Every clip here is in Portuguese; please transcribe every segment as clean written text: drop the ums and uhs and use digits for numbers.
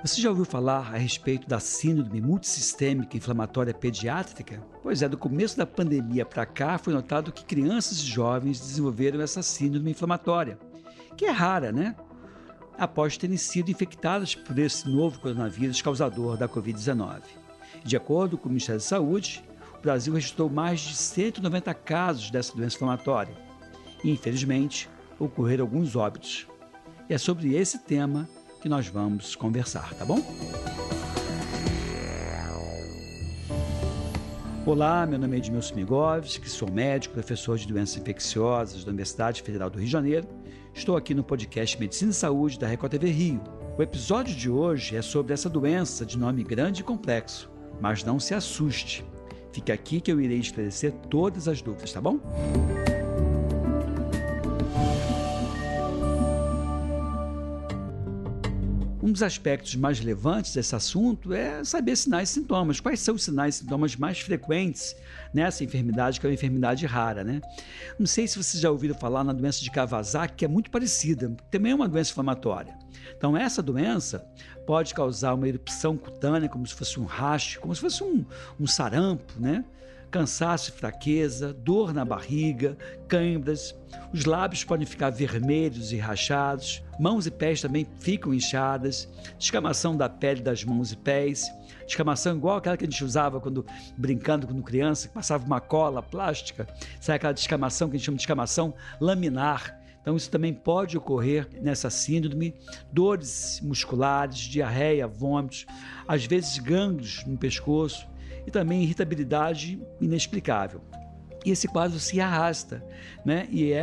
Você já ouviu falar a respeito da síndrome multissistêmica inflamatória pediátrica? Pois é, do começo da pandemia para cá foi notado que crianças e jovens desenvolveram essa síndrome inflamatória, que é rara, né? Após terem sido infectadas por esse novo coronavírus causador da Covid-19. De acordo com o Ministério da Saúde, o Brasil registrou mais de 190 casos dessa doença inflamatória e, infelizmente, ocorreram alguns óbitos. E é sobre esse tema que nós vamos conversar, tá bom? Olá, meu nome é Edmilson Migovski, sou médico, professor de doenças infecciosas da Universidade Federal do Rio de Janeiro. Estou aqui no podcast Medicina e Saúde da Record TV Rio. O episódio de hoje é sobre essa doença de nome grande e complexo, mas não se assuste. Fique aqui que eu irei esclarecer todas as dúvidas, tá bom? Um dos aspectos mais relevantes desse assunto é saber sinais e sintomas. Quais são os sinais e sintomas mais frequentes nessa enfermidade, que é uma enfermidade rara, né? Não sei se vocês já ouviram falar na doença de Kawasaki, que é muito parecida, também é uma doença inflamatória. Então, essa doença pode causar uma erupção cutânea, como se fosse um rash, como se fosse um sarampo, né? Cansaço e fraqueza, dor na barriga, câimbras, os lábios podem ficar vermelhos e rachados, mãos e pés também ficam inchadas, descamação da pele das mãos e pés, descamação igual aquela que a gente usava brincando quando criança, que passava uma cola plástica, sabe aquela descamação que a gente chama de descamação laminar. Então isso também pode ocorrer nessa síndrome, dores musculares, diarreia, vômitos, às vezes gânglios no pescoço, e também irritabilidade inexplicável. E esse quadro se arrasta, né?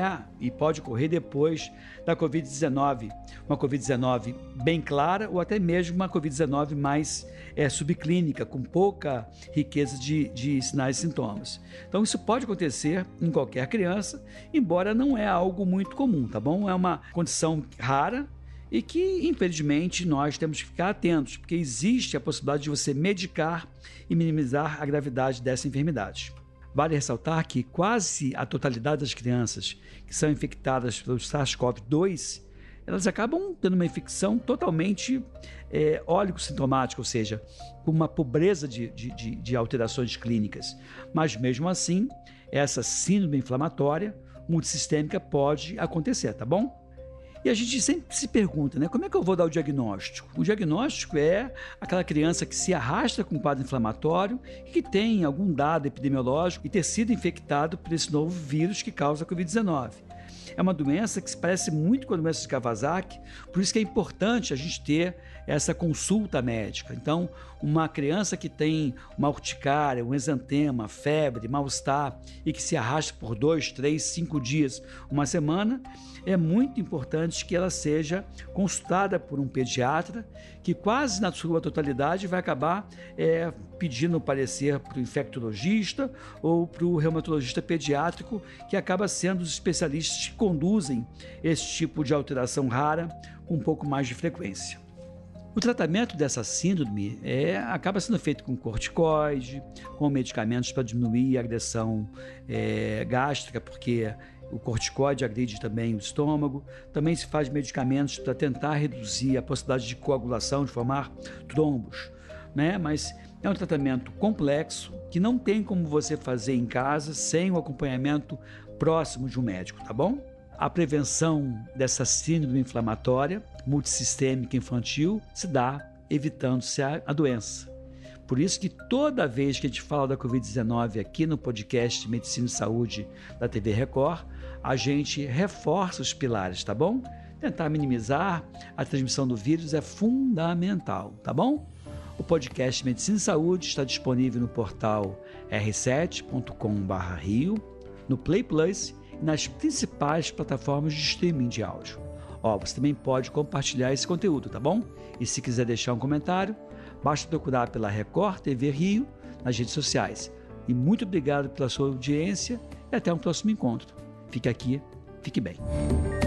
E pode ocorrer depois da Covid-19, uma Covid-19 bem clara ou até mesmo uma Covid-19 mais subclínica, com pouca riqueza de sinais e sintomas. Então isso pode acontecer em qualquer criança, embora não é algo muito comum, tá bom? É uma condição rara, e que, infelizmente, nós temos que ficar atentos, porque existe a possibilidade de você medicar e minimizar a gravidade dessa enfermidade. Vale ressaltar que quase a totalidade das crianças que são infectadas pelo SARS-CoV-2, elas acabam tendo uma infecção totalmente ólico-sintomática, ou seja, com uma pobreza de alterações clínicas. Mas, mesmo assim, essa síndrome inflamatória multissistêmica pode acontecer, tá bom? E a gente sempre se pergunta, né? Como é que eu vou dar o diagnóstico? O diagnóstico é aquela criança que se arrasta com um quadro inflamatório e que tem algum dado epidemiológico e ter sido infectado por esse novo vírus que causa a Covid-19. É uma doença que se parece muito com a doença de Kawasaki, por isso que é importante a gente ter essa consulta médica. Então, uma criança que tem uma urticária, um exantema, febre, mal-estar e que se arrasta por 2, 3, 5 dias, uma semana, é muito importante que ela seja consultada por um pediatra, que quase na sua totalidade vai acabar pedindo parecer para o infectologista ou para o reumatologista pediátrico, que acaba sendo os especialistas que conduzem esse tipo de alteração rara com um pouco mais de frequência. O tratamento dessa síndrome acaba sendo feito com corticoide, com medicamentos para diminuir a agressão gástrica, porque o corticoide agride também o estômago. Também se faz medicamentos para tentar reduzir a possibilidade de coagulação, de formar trombos, né? Mas é um tratamento complexo que não tem como você fazer em casa sem o acompanhamento próximo de um médico, tá bom? A prevenção dessa síndrome inflamatória multissistêmica infantil se dá evitando-se a doença. Por isso que toda vez que a gente fala da Covid-19 aqui no podcast Medicina e Saúde da TV Record, a gente reforça os pilares, tá bom? Tentar minimizar a transmissão do vírus é fundamental, tá bom? O podcast Medicina e Saúde está disponível no portal r7.com.br/rio, no Play Plus e nas principais plataformas de streaming de áudio. Você também pode compartilhar esse conteúdo, tá bom? E se quiser deixar um comentário, basta procurar pela Record TV Rio nas redes sociais. E muito obrigado pela sua audiência e até um próximo encontro. Fique aqui, fique bem.